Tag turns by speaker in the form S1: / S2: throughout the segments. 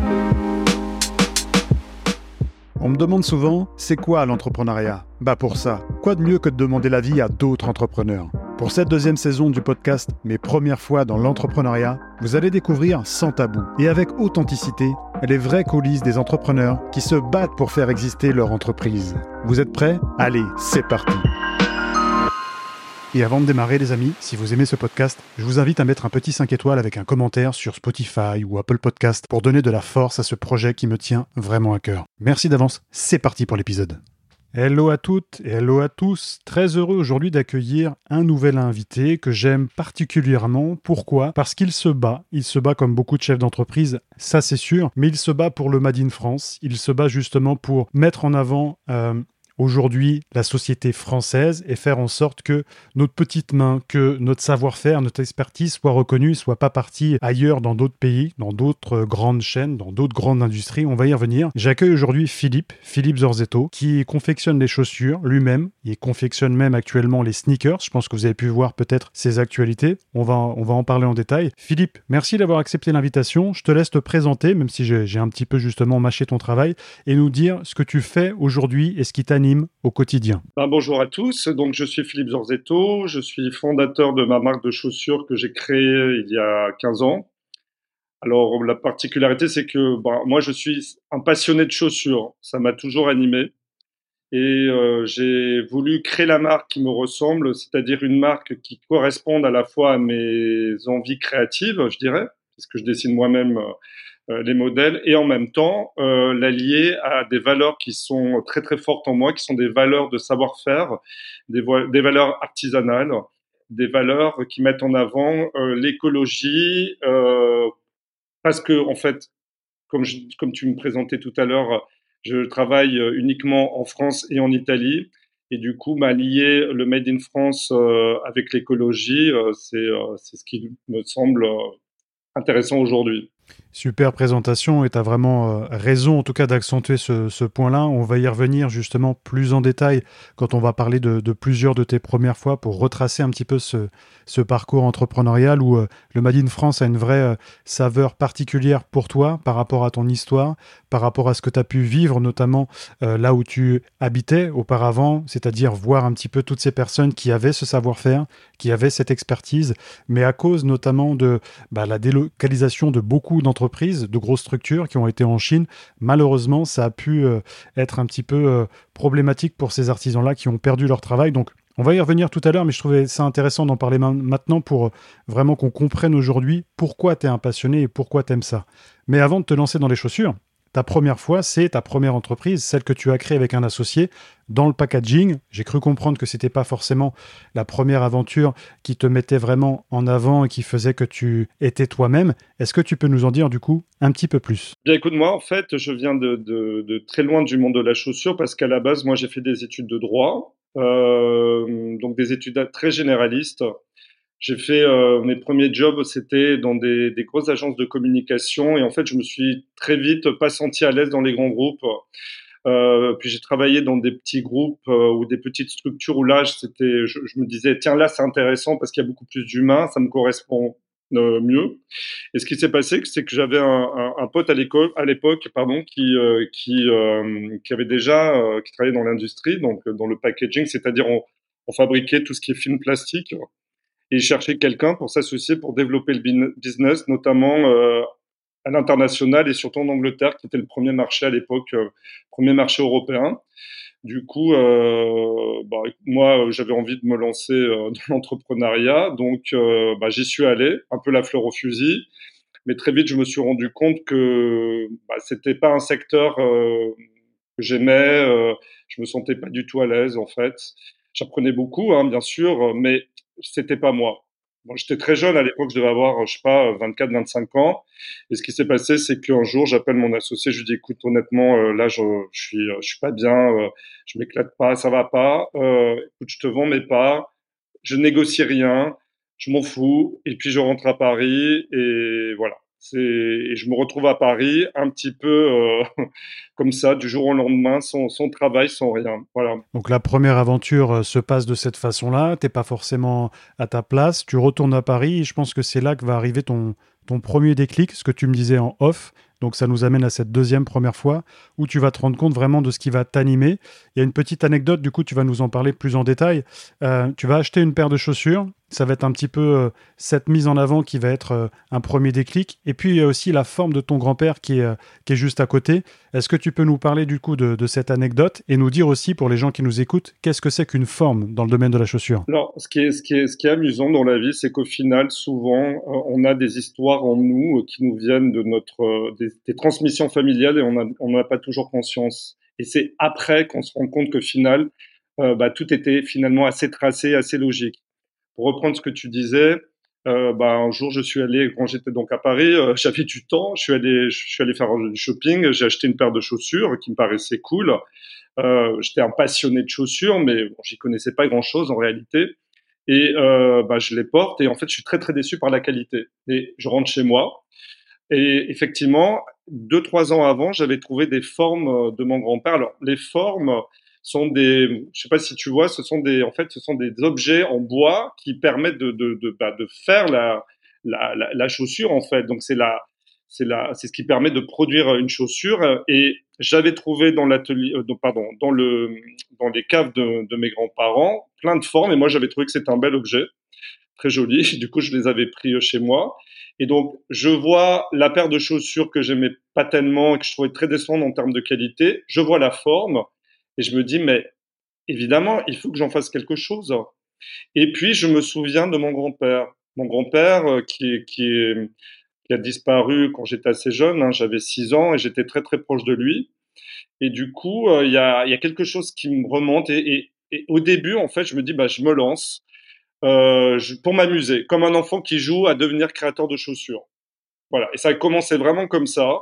S1: On me demande souvent, c'est quoi l'entrepreneuriat ? Pour ça, quoi de mieux que de demander l'avis à d'autres entrepreneurs ? Pour cette deuxième saison du podcast « Mes premières fois dans l'entrepreneuriat », vous allez découvrir sans tabou et avec authenticité les vraies coulisses des entrepreneurs qui se battent pour faire exister leur entreprise. Vous êtes prêts ? Allez, c'est parti ! Et avant de démarrer les amis, si vous aimez ce podcast, je vous invite à mettre un petit 5 étoiles avec un commentaire sur Spotify ou Apple Podcast pour donner de la force à ce projet qui me tient vraiment à cœur. Merci d'avance, c'est parti pour l'épisode. Hello à toutes et hello à tous, très heureux aujourd'hui d'accueillir un nouvel invité que j'aime particulièrement. Pourquoi ? Parce qu'il se bat comme beaucoup de chefs d'entreprise, ça c'est sûr, mais il se bat pour le Made in France, il se bat justement pour mettre en avant aujourd'hui la société française et faire en sorte que notre petite main, que notre savoir-faire, notre expertise soit reconnue, soit pas partie ailleurs dans d'autres pays, dans d'autres grandes chaînes, dans d'autres grandes industries. On va y revenir. J'accueille aujourd'hui Philippe Zorzetto, qui confectionne les chaussures lui-même. Il confectionne même actuellement les sneakers. Je pense que vous avez pu voir peut-être ses actualités. On va en parler en détail. Philippe, merci d'avoir accepté l'invitation. Je te laisse te présenter, même si j'ai un petit peu justement mâché ton travail, et nous dire ce que tu fais aujourd'hui et ce qui t'anime au quotidien.
S2: Bonjour à tous, donc je suis Philippe Zorzetto, je suis fondateur de ma marque de chaussures que j'ai créée il y a 15 ans. Alors la particularité c'est que moi je suis un passionné de chaussures, ça m'a toujours animé et j'ai voulu créer la marque qui me ressemble, c'est-à-dire une marque qui corresponde à la fois à mes envies créatives, je dirais, parce que je dessine moi-même les modèles, et en même temps l'allier à des valeurs qui sont très très fortes en moi, qui sont des valeurs de savoir-faire, des valeurs artisanales, des valeurs qui mettent en avant l'écologie, parce que en fait, comme tu me présentais tout à l'heure, je travaille uniquement en France et en Italie, et du coup lier le Made in France avec l'écologie, c'est ce qui me semble intéressant aujourd'hui.
S1: Super présentation et tu as vraiment raison en tout cas d'accentuer ce point-là. On va y revenir justement plus en détail quand on va parler de plusieurs de tes premières fois pour retracer un petit peu ce parcours entrepreneurial où le Made in France a une vraie saveur particulière pour toi par rapport à ton histoire, par rapport à ce que tu as pu vivre notamment là où tu habitais auparavant, c'est-à-dire voir un petit peu toutes ces personnes qui avaient ce savoir-faire, qui avaient cette expertise, mais à cause notamment de la délocalisation de beaucoup d'entreprises, de grosses structures qui ont été en Chine, malheureusement, ça a pu être un petit peu problématique pour ces artisans-là qui ont perdu leur travail. Donc, on va y revenir tout à l'heure, mais je trouvais ça intéressant d'en parler maintenant pour vraiment qu'on comprenne aujourd'hui pourquoi tu es un passionné et pourquoi tu aimes ça. Mais avant de te lancer dans les chaussures, ta première fois, c'est ta première entreprise, celle que tu as créée avec un associé dans le packaging. J'ai cru comprendre que c'était pas forcément la première aventure qui te mettait vraiment en avant et qui faisait que tu étais toi-même. Est-ce que tu peux nous en dire du coup un petit peu plus ?
S2: Bien, écoute, moi, en fait, je viens de très loin du monde de la chaussure parce qu'à la base, moi, j'ai fait des études de droit, donc des études très généralistes. J'ai fait mes premiers jobs, c'était dans des grosses agences de communication, et en fait, je me suis très vite pas senti à l'aise dans les grands groupes. Puis j'ai travaillé dans des petits groupes ou des petites structures où là, je me disais, tiens, là, c'est intéressant parce qu'il y a beaucoup plus d'humains, ça me correspond mieux. Et ce qui s'est passé, c'est que j'avais un pote à l'époque, qui avait déjà, qui travaillait dans l'industrie, donc dans le packaging, c'est-à-dire on fabriquait tout ce qui est film plastique. Et il cherchait quelqu'un pour s'associer pour développer le business, notamment à l'international et surtout en Angleterre, qui était le premier marché à l'époque, premier marché européen. Du coup, moi, j'avais envie de me lancer dans l'entrepreneuriat, donc j'y suis allé, un peu la fleur au fusil. Mais très vite, je me suis rendu compte que c'était pas un secteur que j'aimais. Je me sentais pas du tout à l'aise, en fait. J'apprenais beaucoup, hein, bien sûr, mais c'était pas moi. Bon, j'étais très jeune à l'époque, je devais avoir, je sais pas, 24, 25 ans. Et ce qui s'est passé, c'est qu'un jour, j'appelle mon associé, je lui dis, écoute, honnêtement, là, je suis pas bien, je m'éclate pas, ça va pas. Écoute, je te vends mes parts, je négocie rien, je m'en fous. Et puis, je rentre à Paris et voilà. Et je me retrouve à Paris un petit peu comme ça, du jour au lendemain, sans travail, sans rien. Voilà.
S1: Donc la première aventure se passe de cette façon-là, t'es pas forcément à ta place, tu retournes à Paris et je pense que c'est là que va arriver ton premier déclic, ce que tu me disais en off, Donc ça nous amène à cette deuxième première fois où tu vas te rendre compte vraiment de ce qui va t'animer. Il y a une petite anecdote, du coup, tu vas nous en parler plus en détail. Tu vas acheter une paire de chaussures. Ça va être un petit peu cette mise en avant qui va être un premier déclic. Et puis, il y a aussi la forme de ton grand-père qui est juste à côté. Est-ce que tu peux nous parler du coup de cette anecdote et nous dire aussi, pour les gens qui nous écoutent, qu'est-ce que c'est qu'une forme dans le domaine de la chaussure?
S2: Alors, ce qui est amusant dans la vie, c'est qu'au final, souvent, on a des histoires en nous qui nous viennent de des transmissions familiales et on n'en a pas toujours conscience. Et c'est après qu'on se rend compte qu'au final, tout était finalement assez tracé, assez logique. Pour reprendre ce que tu disais, un jour, je suis allé, quand j'étais donc à Paris, j'avais du temps, je suis allé faire du shopping, j'ai acheté une paire de chaussures qui me paraissait cool. J'étais un passionné de chaussures, mais bon, j'y connaissais pas grand-chose en réalité. Et je les porte et en fait, je suis très très déçu par la qualité. Et je rentre chez moi et effectivement, 2, 3 ans avant, j'avais trouvé des formes de mon grand-père. Alors, les formes sont je sais pas si tu vois, ce sont des objets en bois qui permettent de faire la chaussure en fait. Donc c'est ce qui permet de produire une chaussure. Et j'avais trouvé dans l'atelier, pardon, dans les caves de mes grands-parents plein de formes et moi j'avais trouvé que c'était un bel objet très jolis. Du coup, je les avais pris chez moi. Et donc, je vois la paire de chaussures que j'aimais pas tellement et que je trouvais très décevante en termes de qualité. Je vois la forme et je me dis, mais évidemment, il faut que j'en fasse quelque chose. Et puis, je me souviens de mon grand-père. Mon grand-père qui a disparu quand j'étais assez jeune, hein, j'avais 6 ans et j'étais très très proche de lui. Et du coup, il y a quelque chose qui me remonte et au début, en fait, je me dis, je me lance pour m'amuser, comme un enfant qui joue à devenir créateur de chaussures. Voilà. Et ça a commencé vraiment comme ça.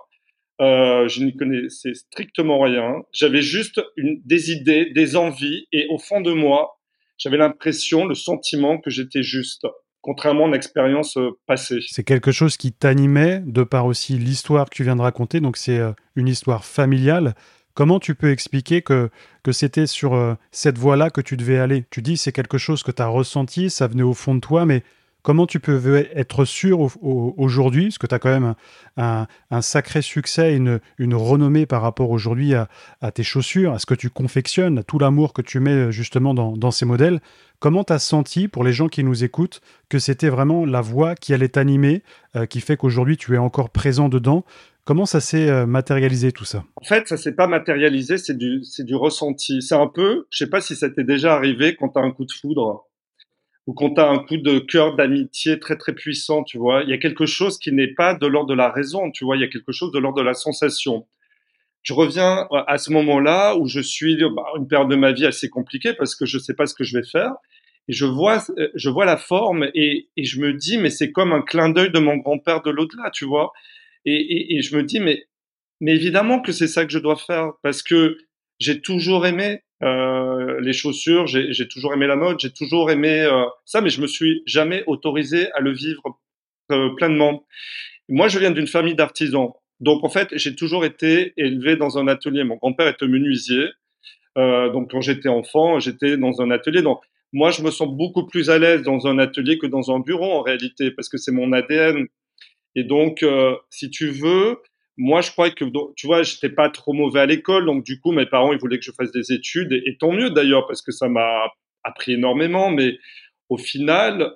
S2: Je n'y connaissais strictement rien. J'avais juste des idées, des envies, et au fond de moi, j'avais l'impression, le sentiment que j'étais juste, contrairement à une expérience passée.
S1: C'est quelque chose qui t'animait, de par aussi l'histoire que tu viens de raconter, donc c'est une histoire familiale. Comment tu peux expliquer que c'était sur cette voie-là que tu devais aller? Tu dis c'est quelque chose que tu as ressenti, ça venait au fond de toi, mais comment tu peux être sûr aujourd'hui, parce que tu as quand même un sacré succès, une renommée par rapport aujourd'hui à tes chaussures, à ce que tu confectionnes, à tout l'amour que tu mets justement dans ces modèles. Comment tu as senti, pour les gens qui nous écoutent, que c'était vraiment la voix qui allait t'animer, qui fait qu'aujourd'hui tu es encore présent dedans? Comment ça s'est matérialisé tout ça?
S2: En fait, ça s'est pas matérialisé, c'est du ressenti. C'est un peu, je sais pas si ça t'est déjà arrivé quand t'as un coup de foudre ou quand tu as un coup de cœur d'amitié très très puissant, tu vois. Il y a quelque chose qui n'est pas de l'ordre de la raison, tu vois. Il y a quelque chose de l'ordre de la sensation. Je reviens à ce moment-là où je suis une période de ma vie assez compliquée parce que je sais pas ce que je vais faire. Et je vois la forme et je me dis, mais c'est comme un clin d'œil de mon grand-père de l'au-delà, tu vois. Et je me dis, mais évidemment que c'est ça que je dois faire parce que j'ai toujours aimé les chaussures, j'ai toujours aimé la mode, j'ai toujours aimé ça, mais je me suis jamais autorisé à le vivre pleinement. Moi, je viens d'une famille d'artisans, donc en fait, j'ai toujours été élevé dans un atelier. Mon grand-père était menuisier, donc quand j'étais enfant, j'étais dans un atelier. Donc moi, je me sens beaucoup plus à l'aise dans un atelier que dans un bureau en réalité, parce que c'est mon ADN. Et donc, si tu veux, moi, je crois que, tu vois, j'étais pas trop mauvais à l'école, donc du coup, mes parents, ils voulaient que je fasse des études, et tant mieux d'ailleurs, parce que ça m'a appris énormément, mais au final,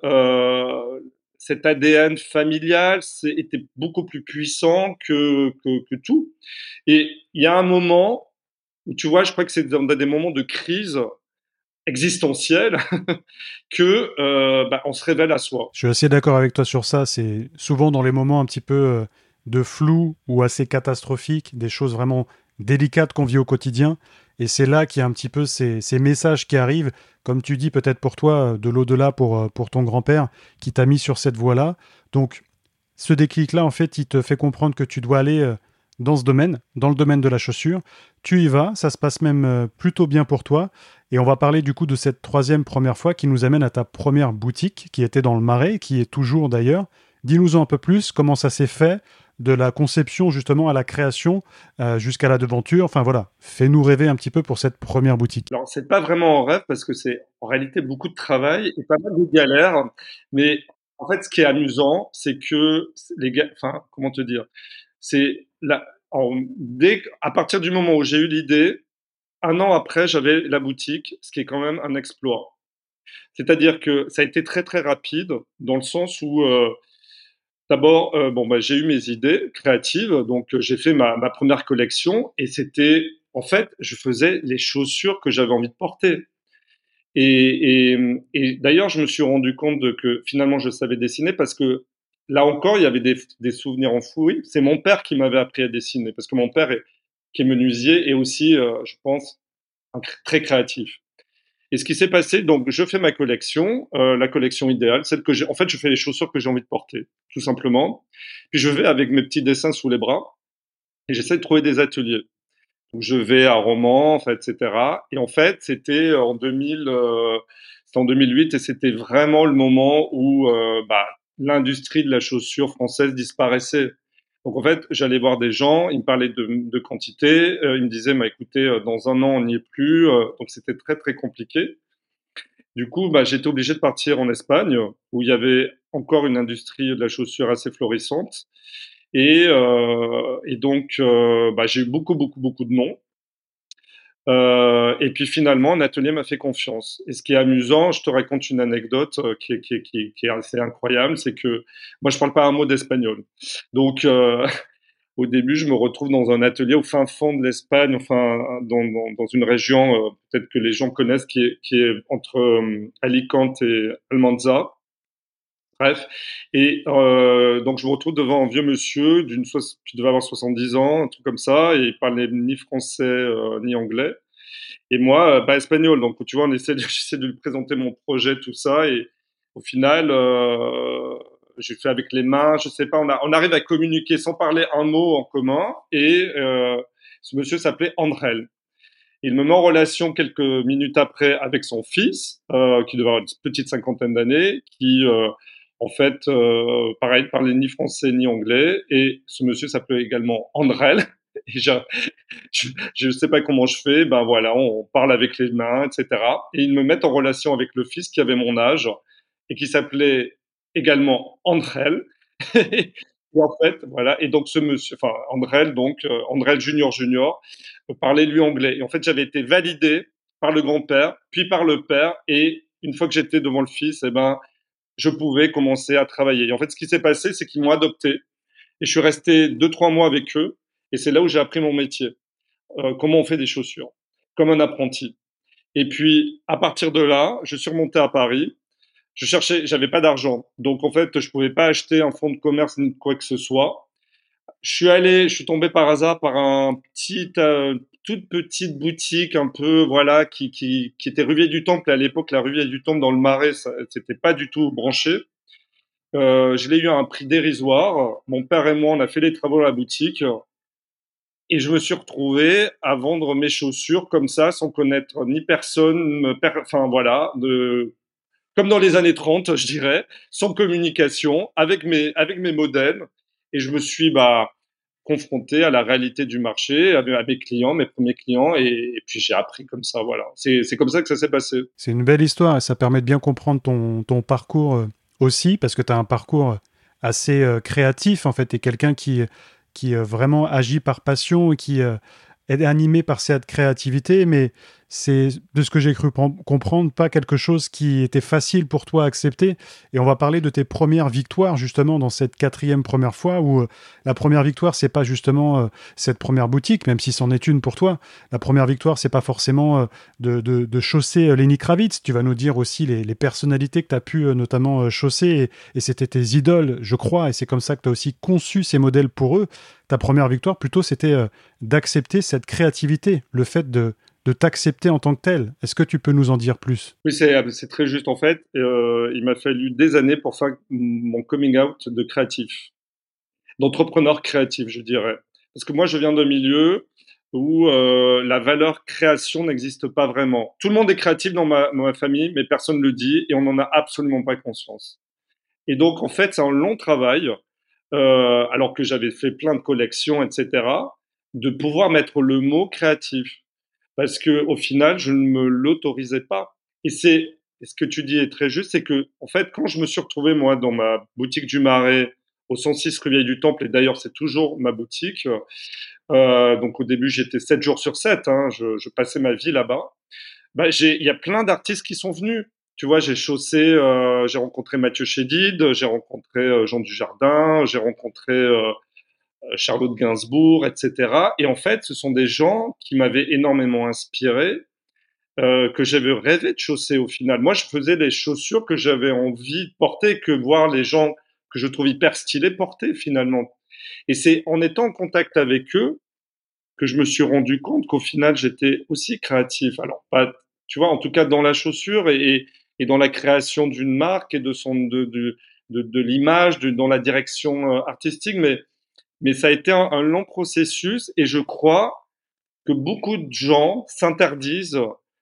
S2: cet ADN familial était beaucoup plus puissant que tout. Et il y a un moment où, tu vois, je crois que c'est dans des moments de crise existentielle que on se révèle à soi.
S1: Je suis assez d'accord avec toi sur ça. C'est souvent dans les moments un petit peu de flou ou assez catastrophiques, des choses vraiment délicates qu'on vit au quotidien. Et c'est là qu'il y a un petit peu ces messages qui arrivent, comme tu dis peut-être pour toi, de l'au-delà pour ton grand-père, qui t'a mis sur cette voie-là. Donc ce déclic-là, en fait, il te fait comprendre que tu dois aller dans ce domaine, dans le domaine de la chaussure. Tu y vas, ça se passe même plutôt bien pour toi. Et on va parler du coup de cette troisième première fois qui nous amène à ta première boutique qui était dans le Marais, qui est toujours d'ailleurs. Dis-nous un peu plus comment ça s'est fait, de la conception justement à la création jusqu'à la devanture. Enfin voilà, fais-nous rêver un petit peu pour cette première boutique.
S2: Alors, c'est pas vraiment un rêve parce que c'est en réalité beaucoup de travail et pas mal de galères. Mais en fait, ce qui est amusant, c'est que les gars, enfin, comment te dire, c'est à partir du moment où j'ai eu l'idée, un an après, j'avais la boutique, ce qui est quand même un exploit. C'est-à-dire que ça a été très très rapide dans le sens où d'abord, bon, bah, j'ai eu mes idées créatives, donc j'ai fait ma première collection et c'était, en fait, je faisais les chaussures que j'avais envie de porter. Et d'ailleurs, je me suis rendu compte que finalement, je savais dessiner parce que là encore, il y avait des souvenirs enfouis. C'est mon père qui m'avait appris à dessiner parce que mon père, qui est menuisier, est aussi, je pense, très créatif. Et ce qui s'est passé, donc je fais ma collection, la collection idéale, celle que j'ai. En fait, je fais les chaussures que j'ai envie de porter, tout simplement. Puis je vais avec mes petits dessins sous les bras et j'essaie de trouver des ateliers. Donc je vais à Romans, en fait, etc. Et en fait, c'était en 2000, c'était en 2008 et c'était vraiment le moment où bah, l'industrie de la chaussure française disparaissait. Donc en fait, j'allais voir des gens, ils me parlaient de quantité, ils me disaient, bah, écoutez, dans un an, on n'y est plus. Donc c'était très très compliqué. Du coup, bah, j'étais obligé de partir en Espagne, où il y avait encore une industrie de la chaussure assez florissante. Et donc, bah, j'ai eu beaucoup de noms. Et puis finalement, un atelier m'a fait confiance. Et ce qui est amusant, je te raconte une anecdote qui est assez incroyable, c'est que moi, je parle pas un mot d'espagnol. Donc, au début, je me retrouve dans un atelier au fin fond de l'Espagne, enfin, dans une région, peut-être que les gens connaissent, qui est entre Alicante et Almanza. Bref. Et donc, je me retrouve devant un vieux monsieur qui devait avoir 70 ans, un truc comme ça, et il parlait ni français ni anglais. Et moi, pas espagnol. Donc, tu vois, j'essaie de lui présenter mon projet, tout ça. Et au final, j'ai fait avec les mains. Je sais pas, on arrive à communiquer sans parler un mot en commun. Et ce monsieur s'appelait Andrel. Il me met en relation quelques minutes après avec son fils, qui devait avoir une petite cinquantaine d'années, qui, en fait, pareil, parlait ni français ni anglais. Et ce monsieur s'appelait également Andrel. Et je sais pas comment je fais, ben voilà, on parle avec les mains, etc. Et ils me mettent en relation avec le fils qui avait mon âge et qui s'appelait également Andrel. Et en fait, voilà. Et donc ce monsieur, enfin Andrel, donc Andrel Junior, parlait lui anglais. Et en fait, j'avais été validé par le grand-père, puis par le père. Et une fois que j'étais devant le fils, eh ben, je pouvais commencer à travailler. Et en fait, ce qui s'est passé, c'est qu'ils m'ont adopté. Et je suis resté 2, 3 mois avec eux. Et c'est là où j'ai appris mon métier. Comment on fait des chaussures, comme un apprenti. Et puis, à partir de là, je suis remonté à Paris. J'avais pas d'argent. Donc, en fait, je pouvais pas acheter un fonds de commerce ni quoi que ce soit. Je suis tombé par hasard par toute petite boutique un peu, voilà, qui était rue du Temple. À l'époque, la rue du Temple dans le Marais, c'était pas du tout branché. Je l'ai eu à un prix dérisoire. Mon père et moi, on a fait les travaux à la boutique. Et je me suis retrouvé à vendre mes chaussures comme ça, sans connaître ni personne, enfin voilà, comme dans les années 30, je dirais, sans communication, avec mes modèles. Et je me suis confronté à la réalité du marché, à mes clients, mes premiers clients, et puis j'ai appris comme ça, voilà. C'est comme ça que ça s'est passé.
S1: C'est une belle histoire et ça permet de bien comprendre ton parcours aussi, parce que tu as un parcours assez créatif, en fait. Tu es quelqu'un qui vraiment agit par passion et qui est animé par cette créativité, mais c'est, de ce que j'ai cru comprendre, pas quelque chose qui était facile pour toi à accepter. Et on va parler de tes premières victoires, justement, dans cette quatrième première fois, où la première victoire, c'est pas justement cette première boutique, même si c'en est une pour toi. La première victoire, c'est pas forcément de chausser Lenny Kravitz. Tu vas nous dire aussi les personnalités que tu as pu notamment chausser, et c'était tes idoles, je crois, et c'est comme ça que tu as aussi conçu ces modèles pour eux. Ta première victoire, plutôt, c'était d'accepter cette créativité, le fait de t'accepter en tant que tel. Est-ce que tu peux nous en dire plus?
S2: Oui, c'est très juste en fait. Il m'a fallu des années pour faire mon coming out de créatif, d'entrepreneur créatif, je dirais. Parce que moi, je viens d'un milieu où la valeur création n'existe pas vraiment. Tout le monde est créatif dans ma famille, mais personne ne le dit et on n'en a absolument pas conscience. Et donc, en fait, c'est un long travail, alors que j'avais fait plein de collections, etc., de pouvoir mettre le mot créatif. Parce que au final, je ne me l'autorisais pas. Et ce que tu dis est très juste, c'est que, en fait, quand je me suis retrouvé, moi, dans ma boutique du Marais, au 106 rue Vieille du Temple, et d'ailleurs c'est toujours ma boutique. Donc au début j'étais 7 jours sur 7, hein, je passais ma vie là-bas. Bah, il y a plein d'artistes qui sont venus. Tu vois, j'ai rencontré Mathieu Chédid, j'ai rencontré Jean Dujardin, j'ai rencontré Charlotte Gainsbourg, etc. Et en fait, ce sont des gens qui m'avaient énormément inspiré, que j'avais rêvé de chausser au final. Moi, je faisais des chaussures que j'avais envie de porter, que voir les gens que je trouve hyper stylés porter finalement. Et c'est en étant en contact avec eux que je me suis rendu compte qu'au final, j'étais aussi créatif. Alors, pas, tu vois, en tout cas dans la chaussure et dans la création d'une marque et de l'image, dans la direction artistique, mais ça a été un long processus et je crois que beaucoup de gens s'interdisent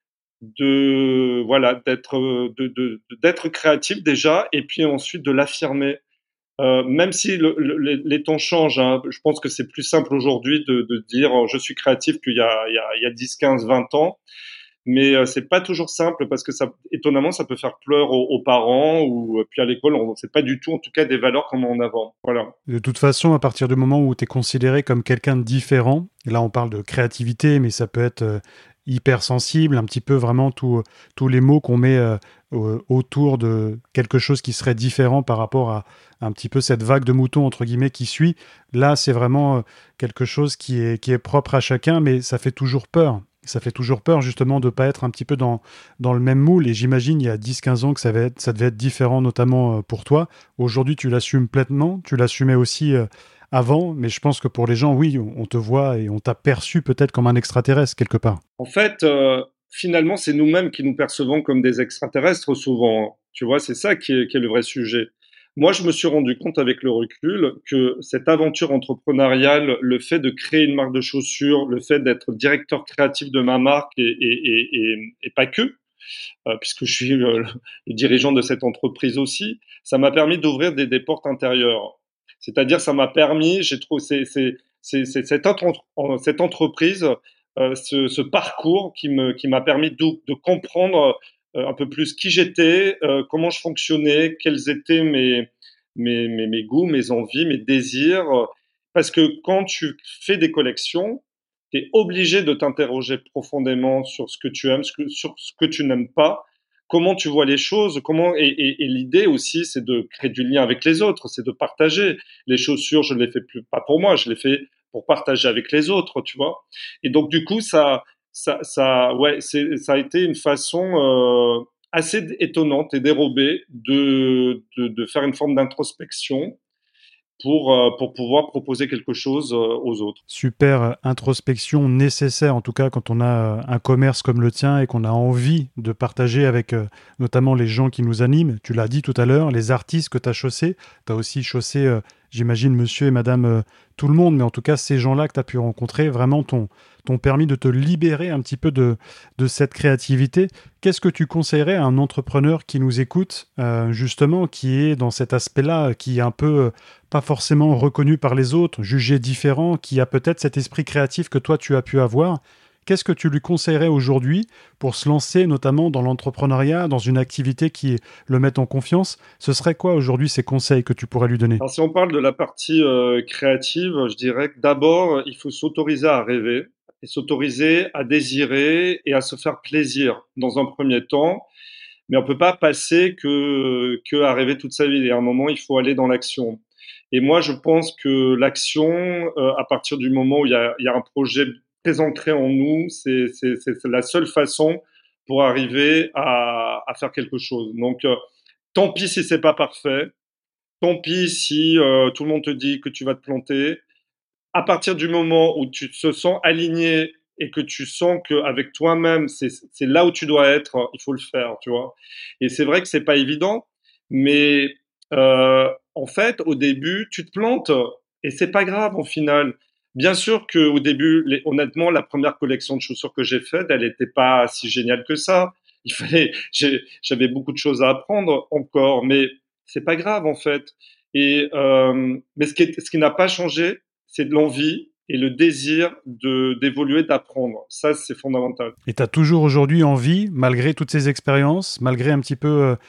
S2: voilà, d'être créatif déjà et puis ensuite de l'affirmer. Même si les temps changent, hein, je pense que c'est plus simple aujourd'hui de dire je suis créatif qu'il y a 10, 15, 20 ans. Mais c'est pas toujours simple parce que étonnamment, ça peut faire peur aux parents ou puis à l'école, on sait pas du tout, en tout cas, des valeurs qu'on met en avant. Voilà.
S1: De toute façon, à partir du moment où tu es considéré comme quelqu'un de différent, là on parle de créativité, mais ça peut être hypersensible, un petit peu vraiment tous les mots qu'on met autour de quelque chose qui serait différent par rapport à un petit peu cette vague de moutons, entre guillemets, qui suit. Là, c'est vraiment quelque chose qui est propre à chacun, mais ça fait toujours peur. Ça fait toujours peur justement de ne pas être un petit peu dans le même moule. Et j'imagine il y a 10-15 ans que ça devait être différent, notamment pour toi. Aujourd'hui, tu l'assumes pleinement, tu l'assumais aussi avant, mais je pense que pour les gens, oui, on te voit et on t'a perçu peut-être comme un extraterrestre quelque part.
S2: En fait, finalement, c'est nous-mêmes qui nous percevons comme des extraterrestres souvent, hein. Tu vois, c'est ça qui est le vrai sujet. Moi, je me suis rendu compte avec le recul que cette aventure entrepreneuriale, le fait de créer une marque de chaussures, le fait d'être directeur créatif de ma marque et pas que, puisque je suis le dirigeant de cette entreprise aussi, ça m'a permis d'ouvrir des portes intérieures. C'est-à-dire, ça m'a permis, j'ai trouvé, cette entreprise, ce parcours qui m'a permis de comprendre un peu plus qui j'étais, comment je fonctionnais, quels étaient mes goûts, mes envies, mes désirs. Parce que quand tu fais des collections, tu es obligé de t'interroger profondément sur ce que tu aimes, sur ce que tu n'aimes pas, comment tu vois les choses, et l'idée aussi, c'est de créer du lien avec les autres, c'est de partager. Les chaussures, je les fais plus pas pour moi, je les fais pour partager avec les autres, tu vois. Et donc du coup, ouais, ça a été une façon assez étonnante et dérobée de faire une forme d'introspection pour pouvoir proposer quelque chose aux autres.
S1: Super introspection nécessaire, en tout cas quand on a un commerce comme le tien et qu'on a envie de partager avec notamment les gens qui nous animent. Tu l'as dit tout à l'heure, les artistes que tu as chaussés, tu as aussi chaussé, j'imagine, monsieur et madame tout le monde, mais en tout cas ces gens-là que tu as pu rencontrer, vraiment t'ont permis de te libérer un petit peu de cette créativité. Qu'est-ce que tu conseillerais à un entrepreneur qui nous écoute, justement, qui est dans cet aspect-là, qui est un peu pas forcément reconnu par les autres, jugé différent, qui a peut-être cet esprit créatif que toi tu as pu avoir? Qu'est-ce que tu lui conseillerais aujourd'hui pour se lancer notamment dans l'entrepreneuriat, dans une activité qui le mette en confiance? Ce serait quoi aujourd'hui ces conseils que tu pourrais lui donner?
S2: Alors si on parle de la partie créative, je dirais que d'abord, il faut s'autoriser à rêver et s'autoriser à désirer et à se faire plaisir dans un premier temps. Mais on peut pas passer que à rêver toute sa vie. Et à un moment, il faut aller dans l'action. Et moi, je pense que l'action, à partir du moment où il y a un projet très ancré en nous, c'est la seule façon pour arriver à faire quelque chose. Donc, tant pis si c'est pas parfait, tant pis si tout le monde te dit que tu vas te planter. À partir du moment où tu te sens aligné et que tu sens qu'avec toi-même, c'est là où tu dois être, il faut le faire, tu vois. Et c'est vrai que c'est pas évident, mais en fait, au début, tu te plantes et c'est pas grave au final. Bien sûr que au début, honnêtement, la première collection de chaussures que j'ai faite, elle n'était pas si géniale que ça. J'avais beaucoup de choses à apprendre encore, mais c'est pas grave en fait. Mais ce qui n'a pas changé, c'est de l'envie et le désir d'évoluer, d'apprendre. Ça, c'est fondamental.
S1: Et tu as toujours aujourd'hui envie, malgré toutes ces expériences, malgré un petit peu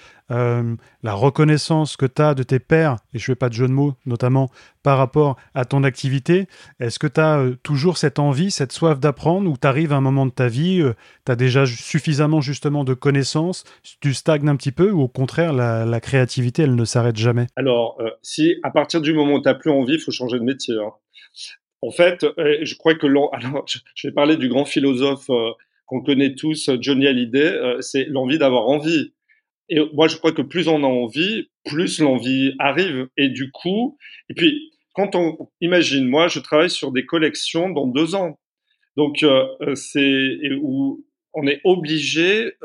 S1: la reconnaissance que tu as de tes pairs, et je fais pas de jeu de mots, notamment par rapport à ton activité, est-ce que tu as toujours cette envie, cette soif d'apprendre, ou tu arrives à un moment de ta vie, tu as déjà suffisamment justement de connaissances, tu stagnes un petit peu, ou au contraire, la créativité, elle ne s'arrête jamais?
S2: Alors, si à partir du moment où tu n'as plus envie, il faut changer de métier, hein. En fait, je crois que alors, je vais parler du grand philosophe qu'on connaît tous, Johnny Hallyday, c'est l'envie d'avoir envie. Et moi, je crois que plus on a envie, plus l'envie arrive. Et du coup, et puis, quand on imagine, moi, je travaille sur des collections dans 2 ans. Donc, où on est obligé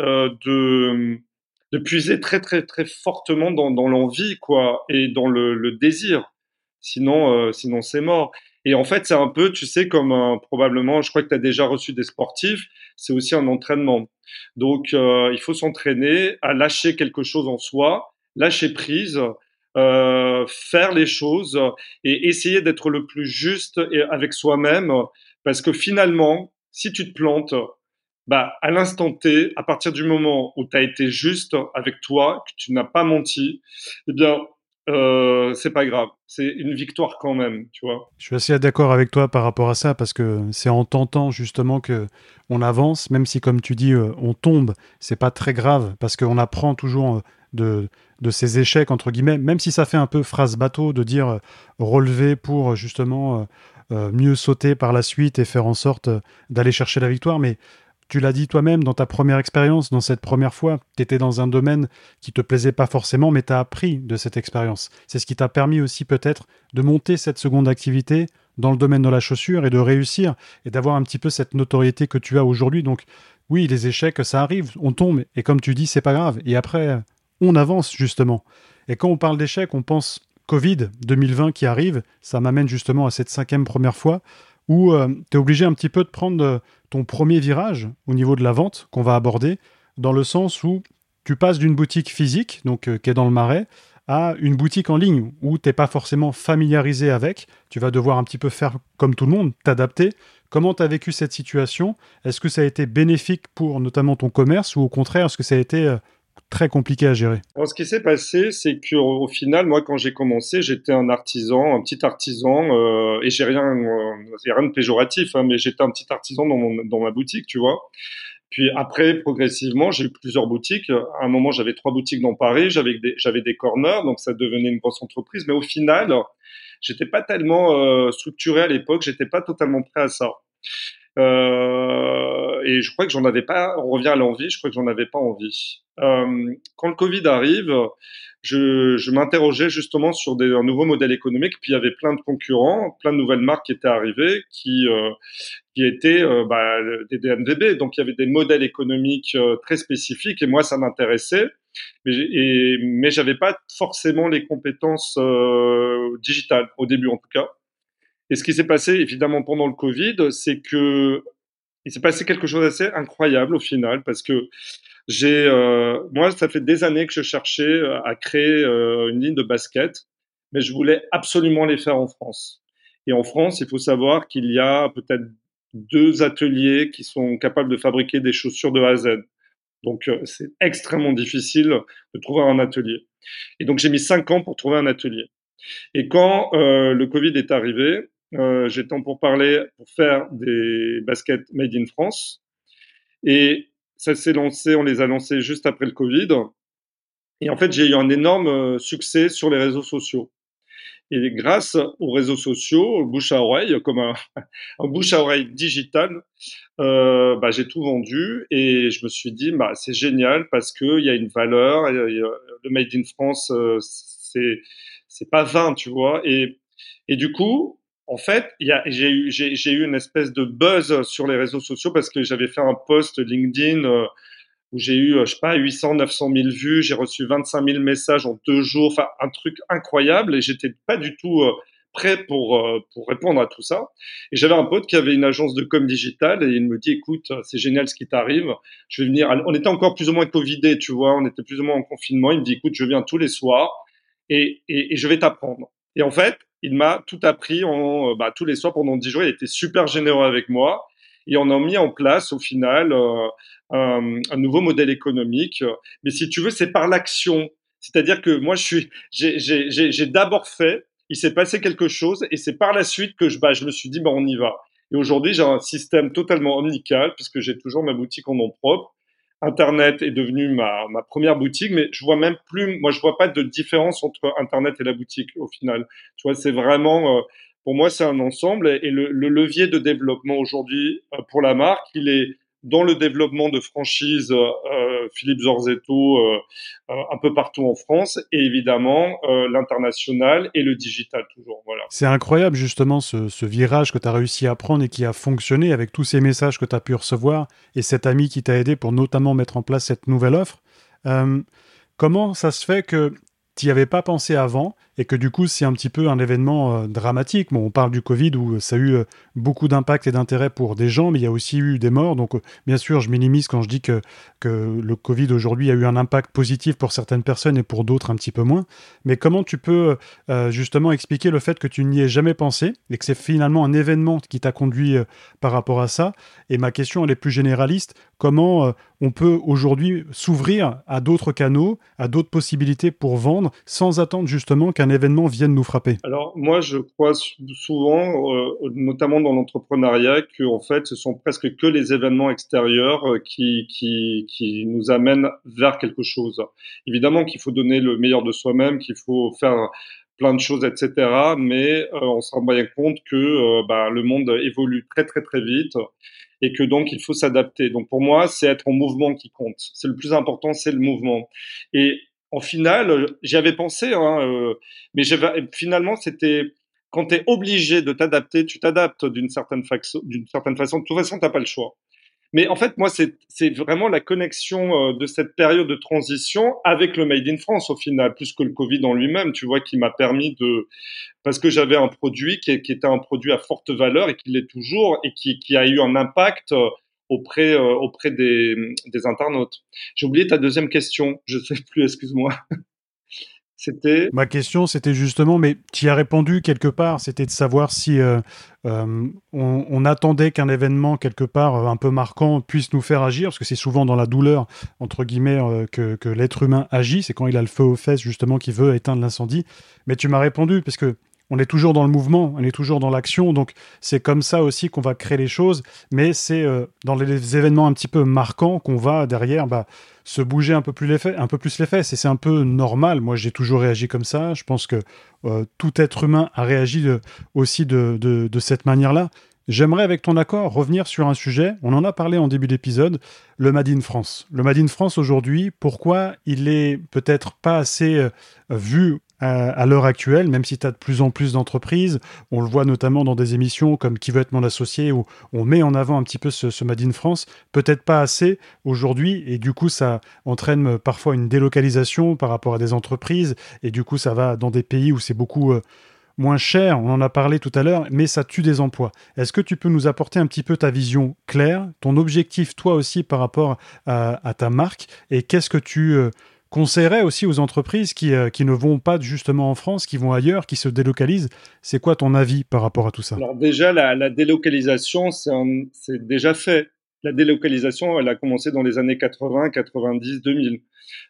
S2: de puiser très, très, très fortement dans l'envie, quoi, et dans le désir. Sinon, c'est mort. Et en fait, c'est un peu, tu sais, comme probablement, je crois que tu as déjà reçu des sportifs, c'est aussi un entraînement. Donc, il faut s'entraîner à lâcher quelque chose en soi, lâcher prise, faire les choses et essayer d'être le plus juste avec soi-même parce que finalement, si tu te plantes, bah, à l'instant T, à partir du moment où tu as été juste avec toi, que tu n'as pas menti, eh bien, c'est pas grave. C'est une victoire quand même, tu vois.
S1: Je suis assez d'accord avec toi par rapport à ça parce que c'est en tentant justement que on avance, même si comme tu dis on tombe, c'est pas très grave parce qu'on apprend toujours de ces échecs entre guillemets, même si ça fait un peu phrase bateau de dire relever pour justement mieux sauter par la suite et faire en sorte d'aller chercher la victoire, mais tu l'as dit toi-même dans ta première expérience, dans cette première fois, tu étais dans un domaine qui te plaisait pas forcément, mais tu as appris de cette expérience. C'est ce qui t'a permis aussi peut-être de monter cette seconde activité dans le domaine de la chaussure et de réussir et d'avoir un petit peu cette notoriété que tu as aujourd'hui. Donc oui, les échecs, ça arrive, on tombe, et comme tu dis, c'est pas grave. Et après, on avance justement. Et quand on parle d'échecs, on pense Covid 2020 qui arrive, ça m'amène justement à cette cinquième première fois où tu es obligé un petit peu de prendre ton premier virage au niveau de la vente qu'on va aborder, dans le sens où tu passes d'une boutique physique, donc qui est dans le Marais, à une boutique en ligne où tu n'es pas forcément familiarisé avec. Tu vas devoir un petit peu faire comme tout le monde, t'adapter. Comment tu as vécu cette situation? Est-ce que ça a été bénéfique pour notamment ton commerce ou au contraire, est-ce que ça a été très compliqué à gérer?
S2: Alors, ce qui s'est passé, c'est qu'au au final, moi, quand j'ai commencé, j'étais un artisan, un petit artisan, et j'ai rien de péjoratif, hein, mais j'étais un petit artisan dans ma boutique, tu vois. Puis après, progressivement, j'ai eu plusieurs boutiques. À un moment, j'avais 3 boutiques dans Paris, j'avais des corners, donc ça devenait une grosse entreprise. Mais au final, j'étais pas tellement structuré à l'époque, j'étais pas totalement prêt à ça. Et je crois que j'en avais pas. On revient à l'envie. Je crois que j'en avais pas envie. Quand le Covid arrive, je m'interrogeais justement sur un nouveau modèle économique. Puis il y avait plein de concurrents, plein de nouvelles marques qui étaient arrivées, qui étaient des DNVB. Donc il y avait des modèles économiques très spécifiques. Et moi, ça m'intéressait. Mais j'avais pas forcément les compétences digitales au début, en tout cas. Et ce qui s'est passé évidemment pendant le Covid, c'est que il s'est passé quelque chose d'assez incroyable au final, parce que moi, ça fait des années que je cherchais à créer une ligne de basket, mais je voulais absolument les faire en France. Et en France, il faut savoir qu'il y a peut-être 2 ateliers qui sont capables de fabriquer des chaussures de A à Z. Donc, c'est extrêmement difficile de trouver un atelier. Et donc, j'ai mis 5 ans pour trouver un atelier. Et quand le Covid est arrivé, j'étais en pourparlers pour faire des baskets made in France. Et ça s'est lancé, on les a lancés juste après le Covid. Et en fait, j'ai eu un énorme succès sur les réseaux sociaux. Et grâce aux réseaux sociaux, au bouche à oreille, comme un bouche à oreille digital, j'ai tout vendu et je me suis dit, bah, c'est génial parce qu'il y a une valeur. Le Made in France, c'est pas vain, tu vois. Et du coup, en fait, j'ai eu une espèce de buzz sur les réseaux sociaux parce que j'avais fait un post LinkedIn où j'ai eu, je sais pas, 800, 900 000 vues, j'ai reçu 25 000 messages en 2 jours, enfin un truc incroyable et j'étais pas du tout prêt pour répondre à tout ça. Et j'avais un pote qui avait une agence de com digital et il me dit, écoute, c'est génial ce qui t'arrive, je vais venir. On était encore plus ou moins covidé, tu vois, on était plus ou moins en confinement. Il me dit, écoute, je viens tous les soirs et je vais t'apprendre. Et en fait, il m'a tout appris tous les soirs pendant 10 jours. Il était super généreux avec moi. Et on a mis en place, au final, un nouveau modèle économique. Mais si tu veux, c'est par l'action. C'est-à-dire que moi, j'ai d'abord fait, il s'est passé quelque chose, et c'est par la suite que je me suis dit, on y va. Et aujourd'hui, j'ai un système totalement omnical, puisque j'ai toujours ma boutique en nom propre. Internet est devenu ma première boutique, mais je vois même plus, moi je vois pas de différence entre Internet et la boutique au final. Tu vois, c'est vraiment, pour moi c'est un ensemble et le levier de développement aujourd'hui pour la marque, il est dans le développement de franchises Philippe Zorzetto un peu partout en France et évidemment l'international et le digital toujours. Voilà.
S1: C'est incroyable justement ce virage que tu as réussi à prendre et qui a fonctionné avec tous ces messages que tu as pu recevoir et cet ami qui t'a aidé pour notamment mettre en place cette nouvelle offre. Euh, Comment ça se fait que tu n'y avais pas pensé avant et que du coup c'est un petit peu un événement dramatique. Bon, on parle du Covid où ça a eu beaucoup d'impact et d'intérêt pour des gens, mais il y a aussi eu des morts. Donc bien sûr, je minimise quand je dis que le Covid aujourd'hui a eu un impact positif pour certaines personnes et pour d'autres un petit peu moins. Mais comment tu peux justement expliquer le fait que tu n'y aies jamais pensé et que c'est finalement un événement qui t'a conduit par rapport à ça? Et ma question, elle est plus généraliste. Comment on peut aujourd'hui s'ouvrir à d'autres canaux, à d'autres possibilités pour vendre, sans attendre justement qu'un événement vienne nous frapper?
S2: Alors moi, je crois souvent, notamment dans l'entrepreneuriat, que en fait, ce sont presque que les événements extérieurs qui nous amènent vers quelque chose. Évidemment qu'il faut donner le meilleur de soi-même, qu'il faut faire plein de choses, etc. Mais on se rend bien compte que le monde évolue très très très vite et que donc il faut s'adapter. Donc pour moi, c'est être en mouvement qui compte. C'est le plus important, c'est le mouvement. Et en final, j'y avais pensé, hein, mais finalement, c'était quand tu es obligé de t'adapter, tu t'adaptes d'une certaine façon. De toute façon, t'as pas le choix. Mais en fait, moi, c'est vraiment la connexion de cette période de transition avec le Made in France au final, plus que le Covid en lui-même, tu vois, qui m'a permis parce que j'avais un produit qui était un produit à forte valeur et qui l'est toujours et qui a eu un impact auprès des internautes. J'ai oublié ta deuxième question, je sais plus, excuse-moi. C'était
S1: Ma question, c'était justement, mais tu y as répondu quelque part, c'était de savoir si on attendait qu'un événement quelque part un peu marquant puisse nous faire agir, parce que c'est souvent dans la douleur, entre guillemets, que l'être humain agit, c'est quand il a le feu aux fesses justement qu'il veut éteindre l'incendie. Mais tu m'as répondu, parce que on est toujours dans le mouvement, on est toujours dans l'action, donc c'est comme ça aussi qu'on va créer les choses, mais c'est dans les événements un petit peu marquants qu'on va derrière se bouger un peu plus les fesses, et c'est un peu normal. Moi, j'ai toujours réagi comme ça. Je pense que tout être humain a réagi aussi de cette manière-là. J'aimerais, avec ton accord, revenir sur un sujet. On en a parlé en début d'épisode, le Made in France. Le Made in France aujourd'hui, pourquoi il est peut-être pas assez vu à l'heure actuelle, même si tu as de plus en plus d'entreprises. On le voit notamment dans des émissions comme Qui veut être mon associé, où on met en avant un petit peu ce Made in France. Peut-être pas assez aujourd'hui, et du coup, ça entraîne parfois une délocalisation par rapport à des entreprises, et du coup, ça va dans des pays où c'est beaucoup moins cher, on en a parlé tout à l'heure, mais ça tue des emplois. Est-ce que tu peux nous apporter un petit peu ta vision claire, ton objectif toi aussi par rapport à ta marque, et qu'est-ce que tu conseillerais aussi aux entreprises qui ne vont pas justement en France, qui vont ailleurs, qui se délocalisent? C'est quoi ton avis par rapport à tout ça?
S2: Alors déjà, la délocalisation, c'est déjà fait. La délocalisation, elle a commencé dans les années 80, 90, 2000.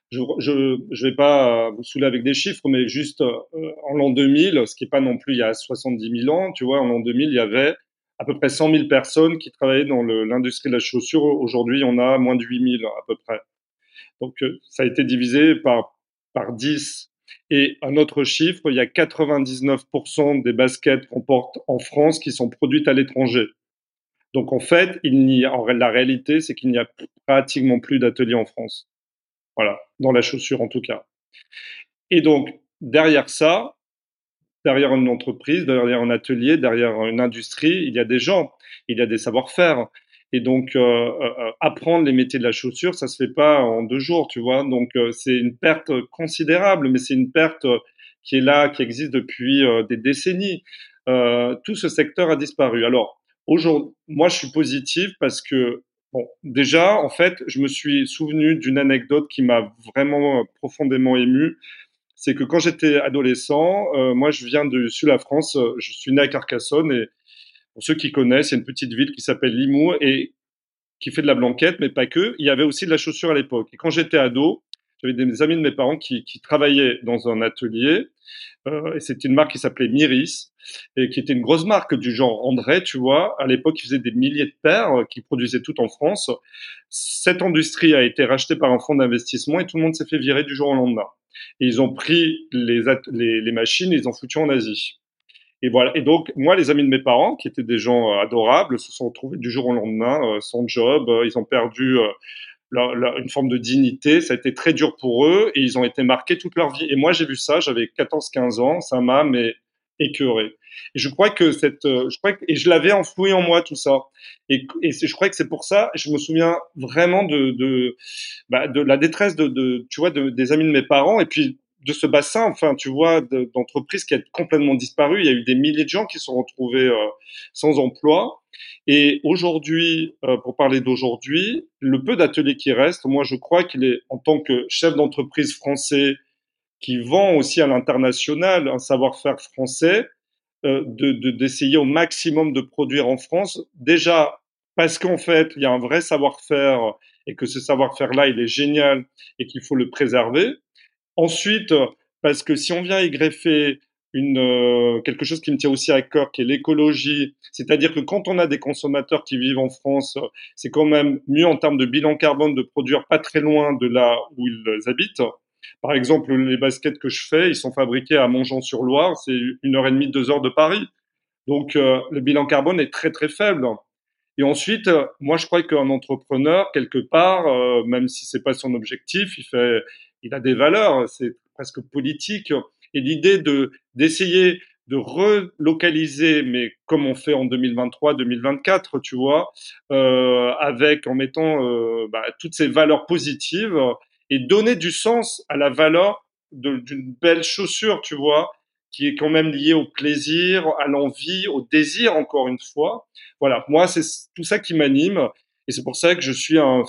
S2: Je vais pas vous saouler avec des chiffres, mais juste en l'an 2000, ce qui est pas non plus il y a 70 000 ans, tu vois, en l'an 2000, il y avait à peu près 100 000 personnes qui travaillaient dans l'industrie de la chaussure. Aujourd'hui, on a moins de 8 000 à peu près. Donc, ça a été divisé par 10. Et un autre chiffre, il y a 99% des baskets qu'on porte en France qui sont produites à l'étranger. Donc, en fait, la réalité, c'est qu'il n'y a pratiquement plus d'ateliers en France. Voilà. Dans la chaussure, en tout cas. Et donc, derrière ça, derrière une entreprise, derrière un atelier, derrière une industrie, il y a des gens, il y a des savoir-faire. Et donc, apprendre les métiers de la chaussure, ça se fait pas en 2 jours, tu vois. Donc, c'est une perte considérable, mais c'est une perte qui est là, qui existe depuis des décennies. Tout ce secteur a disparu. Alors, aujourd'hui, moi, je suis positif parce que, bon, déjà, en fait, je me suis souvenu d'une anecdote qui m'a vraiment profondément ému. c'est que quand j'étais adolescent, moi je viens du sud de la France, je suis né à Carcassonne et pour ceux qui connaissent, il y a une petite ville qui s'appelle Limours et qui fait de la blanquette, mais pas que. Il y avait aussi de la chaussure à l'époque. Et quand j'étais ado, j'avais des amis de mes parents qui travaillaient dans un atelier et c'était une marque qui s'appelait Miris et qui était une grosse marque du genre André, tu vois. À l'époque, ils faisaient des milliers de paires qui produisaient tout en France. Cette industrie a été rachetée par un fonds d'investissement et tout le monde s'est fait virer du jour au lendemain. Et ils ont pris les machines et ils ont foutu en Asie. Et voilà. Et donc, moi, les amis de mes parents, qui étaient des gens adorables, se sont retrouvés du jour au lendemain sans job. Ils ont perdu une forme de dignité. Ça a été très dur pour eux et ils ont été marqués toute leur vie. Et moi, j'ai vu ça, j'avais 14-15 ans, ça m'a mais écœuré. Et je crois que et je l'avais enfoui en moi tout ça. Je crois que c'est pour ça, je me souviens vraiment de la détresse tu vois, des amis de mes parents et puis de ce bassin, enfin, tu vois, d'entreprises qui a complètement disparu. Il y a eu des milliers de gens qui se sont retrouvés sans emploi. Et aujourd'hui, pour parler d'aujourd'hui, le peu d'ateliers qui restent, moi je crois qu'il est, en tant que chef d'entreprise français qui vend aussi à l'international un savoir-faire français, d'essayer au maximum de produire en France. Déjà, parce qu'en fait, il y a un vrai savoir-faire et que ce savoir-faire-là, il est génial et qu'il faut le préserver. Ensuite, parce que si on vient y greffer quelque chose qui me tient aussi à cœur, qui est l'écologie, c'est-à-dire que quand on a des consommateurs qui vivent en France, c'est quand même mieux en termes de bilan carbone de produire pas très loin de là où ils habitent. Par exemple, les baskets que je fais, ils sont fabriqués à Montjean-sur-Loire, c'est 1 heure et demie, 2 heures de Paris. Donc, le bilan carbone est très très faible. Et ensuite, moi, je crois qu'un entrepreneur, quelque part, même si c'est pas son objectif, il a des valeurs, c'est presque politique. Et l'idée d'essayer de relocaliser, mais comme on fait en 2023, 2024, tu vois, en mettant toutes ces valeurs positives et donner du sens à la valeur d'une belle chaussure, tu vois, qui est quand même liée au plaisir, à l'envie, au désir, encore une fois. Voilà, moi, c'est tout ça qui m'anime. Et c'est pour ça que je suis un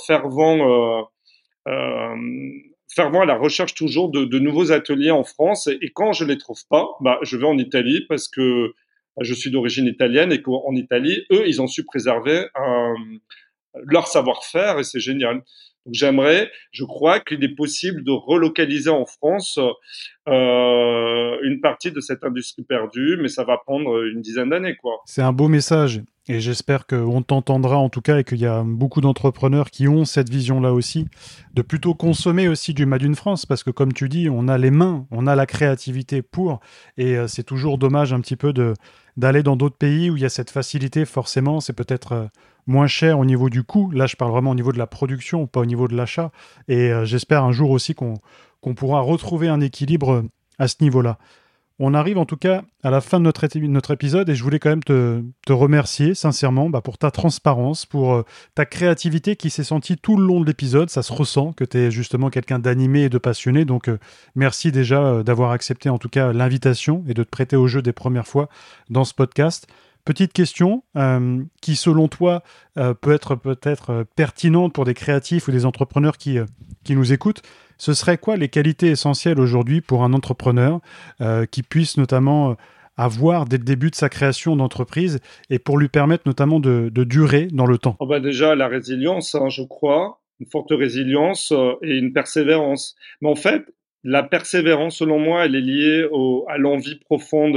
S2: euh, fervent à la recherche toujours de nouveaux ateliers en France. Et quand je les trouve pas, bah, je vais en Italie parce que bah, je suis d'origine italienne et qu'en Italie, eux, ils ont su préserver leur savoir-faire et c'est génial. Donc je crois qu'il est possible de relocaliser en France une partie de cette industrie perdue, mais ça va prendre une dizaine d'années, quoi.
S1: C'est un beau message et j'espère qu'on t'entendra en tout cas et qu'il y a beaucoup d'entrepreneurs qui ont cette vision-là aussi, de plutôt consommer aussi du Made in France parce que comme tu dis, on a les mains, on a la créativité pour et c'est toujours dommage un petit peu d'aller dans d'autres pays où il y a cette facilité, forcément, c'est peut-être moins cher au niveau du coût. Là, je parle vraiment au niveau de la production, pas au niveau de l'achat et j'espère un jour aussi qu'on pourra retrouver un équilibre à ce niveau-là. On arrive en tout cas à la fin de notre épisode et je voulais quand même te remercier sincèrement pour ta transparence, pour ta créativité qui s'est sentie tout le long de l'épisode. Ça se ressent que tu es justement quelqu'un d'animé et de passionné. Donc merci déjà d'avoir accepté en tout cas l'invitation et de te prêter au jeu des premières fois dans ce podcast. Petite question qui, selon toi, peut être peut-être pertinente pour des créatifs ou des entrepreneurs qui nous écoutent. Ce serait quoi les qualités essentielles aujourd'hui pour un entrepreneur qui puisse notamment avoir dès le début de sa création d'entreprise et pour lui permettre notamment de durer dans le temps?
S2: Oh bah déjà, la résilience, hein, je crois, une forte résilience et une persévérance. Mais en fait, la persévérance, selon moi, elle est liée à l'envie profonde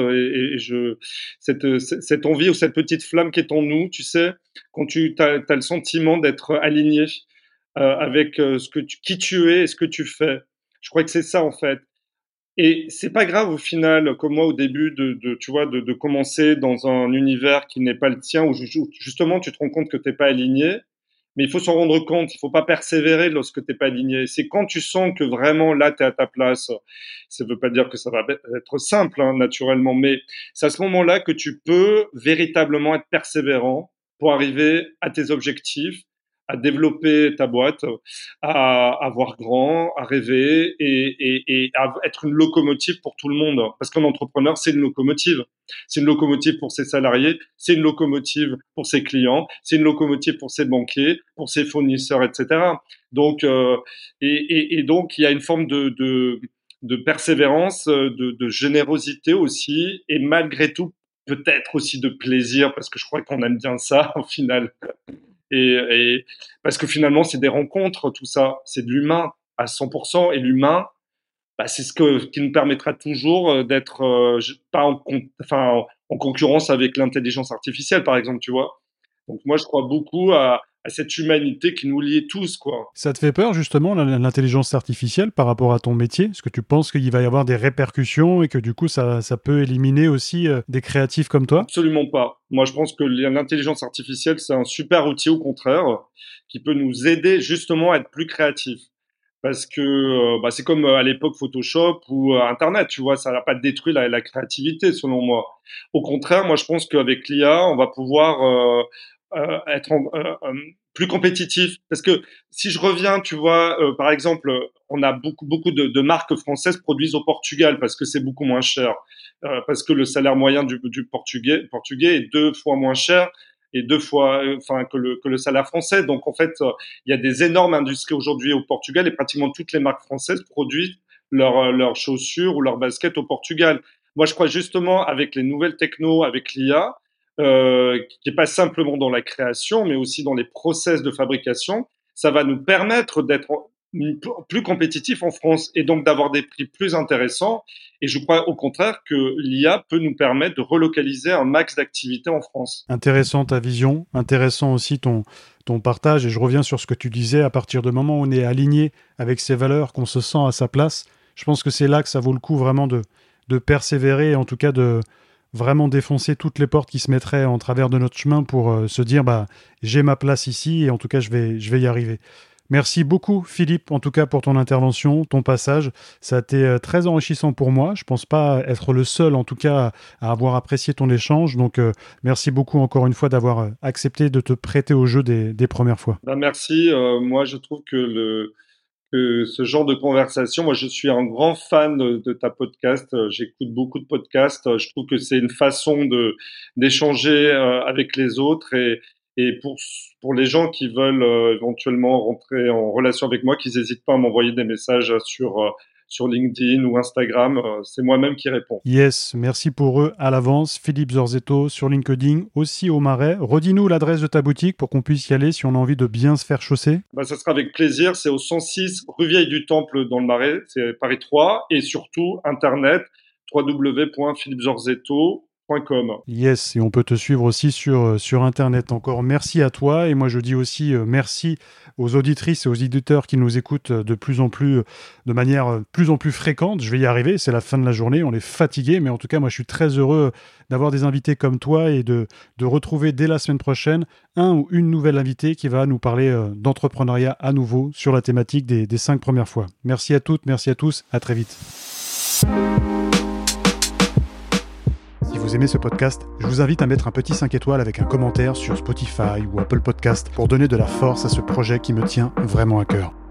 S2: cette envie ou cette petite flamme qui est en nous, tu sais, quand tu as le sentiment d'être aligné avec qui tu es et ce que tu fais. Je crois que c'est ça, en fait. Et c'est pas grave au final, comme moi au début, tu vois, de commencer dans un univers qui n'est pas le tien, où justement tu te rends compte que t'es pas aligné. Mais il faut s'en rendre compte, il faut pas persévérer lorsque t'es pas aligné. C'est quand tu sens que vraiment là t'es à ta place. Ça veut pas dire que ça va être simple, hein, naturellement, mais c'est à ce moment-là que tu peux véritablement être persévérant pour arriver à tes objectifs, à développer ta boîte, à voir grand, à rêver et à être une locomotive pour tout le monde. Parce qu'un entrepreneur, c'est une locomotive. C'est une locomotive pour ses salariés, c'est une locomotive pour ses clients, c'est une locomotive pour ses banquiers, pour ses fournisseurs, etc. Donc, donc, il y a une forme de persévérance, de générosité aussi, et malgré tout, peut-être aussi de plaisir, parce que je crois qu'on aime bien ça au final. Et parce que finalement, c'est des rencontres, tout ça, c'est de l'humain à 100%, et l'humain, bah, c'est qui nous permettra toujours d'être pas en concurrence avec l'intelligence artificielle, par exemple, tu vois. Donc moi, je crois beaucoup à cette humanité qui nous lie tous, quoi.
S1: Ça te fait peur, justement, l'intelligence artificielle par rapport à ton métier? Est-ce que tu penses qu'il va y avoir des répercussions et que du coup, ça peut éliminer aussi des créatifs comme toi?
S2: Absolument pas. Moi, je pense que l'intelligence artificielle, c'est un super outil, au contraire, qui peut nous aider justement à être plus créatifs. Parce que bah, c'est comme à l'époque Photoshop ou Internet, tu vois, ça n'a pas détruit la créativité, selon moi. Au contraire, moi, je pense qu'avec l'IA, on va pouvoir être plus compétitif. Parce que si je reviens, tu vois, par exemple, on a beaucoup de marques françaises produisent au Portugal parce que c'est beaucoup moins cher, parce que le salaire moyen du portugais est 2 fois moins cher et 2 fois, enfin, que le salaire français. Donc en fait, il y a des énormes industries aujourd'hui au Portugal et pratiquement toutes les marques françaises produisent leurs chaussures ou leurs baskets au Portugal. Moi, je crois justement avec les nouvelles technos, avec l'IA, qui est pas simplement dans la création, mais aussi dans les process de fabrication, ça va nous permettre d'être plus compétitifs en France et donc d'avoir des prix plus intéressants. Et je crois au contraire que l'IA peut nous permettre de relocaliser un max d'activités en France.
S1: Intéressant ta vision, intéressant aussi ton partage, et je reviens sur ce que tu disais, à partir du moment où on est aligné avec ses valeurs, qu'on se sent à sa place, je pense que c'est là que ça vaut le coup vraiment de persévérer, et en tout cas de vraiment défoncer toutes les portes qui se mettraient en travers de notre chemin pour se dire bah j'ai ma place ici et en tout cas je vais y arriver. Merci beaucoup Philippe en tout cas pour ton intervention, ton passage, ça a été très enrichissant pour moi, je pense pas être le seul en tout cas à avoir apprécié ton échange, donc merci beaucoup encore une fois d'avoir accepté de te prêter au jeu des premières fois.
S2: Ben merci, moi je trouve que ce genre de conversation, moi je suis un grand fan de ta podcast, j'écoute beaucoup de podcasts, je trouve que c'est une façon d'échanger avec les autres et pour les gens qui veulent éventuellement rentrer en relation avec moi, qu'ils n'hésitent pas à m'envoyer des messages sur LinkedIn ou Instagram, c'est moi-même qui réponds.
S1: Yes, merci pour eux à l'avance. Philippe Zorzetto sur LinkedIn, aussi au Marais. Redis-nous l'adresse de ta boutique pour qu'on puisse y aller si on a envie de bien se faire chausser.
S2: Bah, ça sera avec plaisir. C'est au 106 rue Vieille du Temple dans le Marais, c'est Paris 3. Et surtout, Internet, www.philippezorzetto.com.
S1: Yes, et on peut te suivre aussi sur Internet. Encore merci à toi. Et moi, je dis aussi merci aux auditrices et aux auditeurs qui nous écoutent de plus en plus, de manière plus en plus fréquente. Je vais y arriver, c'est la fin de la journée, on est fatigué. Mais en tout cas, moi, je suis très heureux d'avoir des invités comme toi et de retrouver dès la semaine prochaine un ou une nouvelle invitée qui va nous parler d'entrepreneuriat à nouveau sur la thématique des 5 premières fois. Merci à toutes, merci à tous. À très vite. Si vous aimez ce podcast, je vous invite à mettre un petit 5 étoiles avec un commentaire sur Spotify ou Apple Podcast pour donner de la force à ce projet qui me tient vraiment à cœur.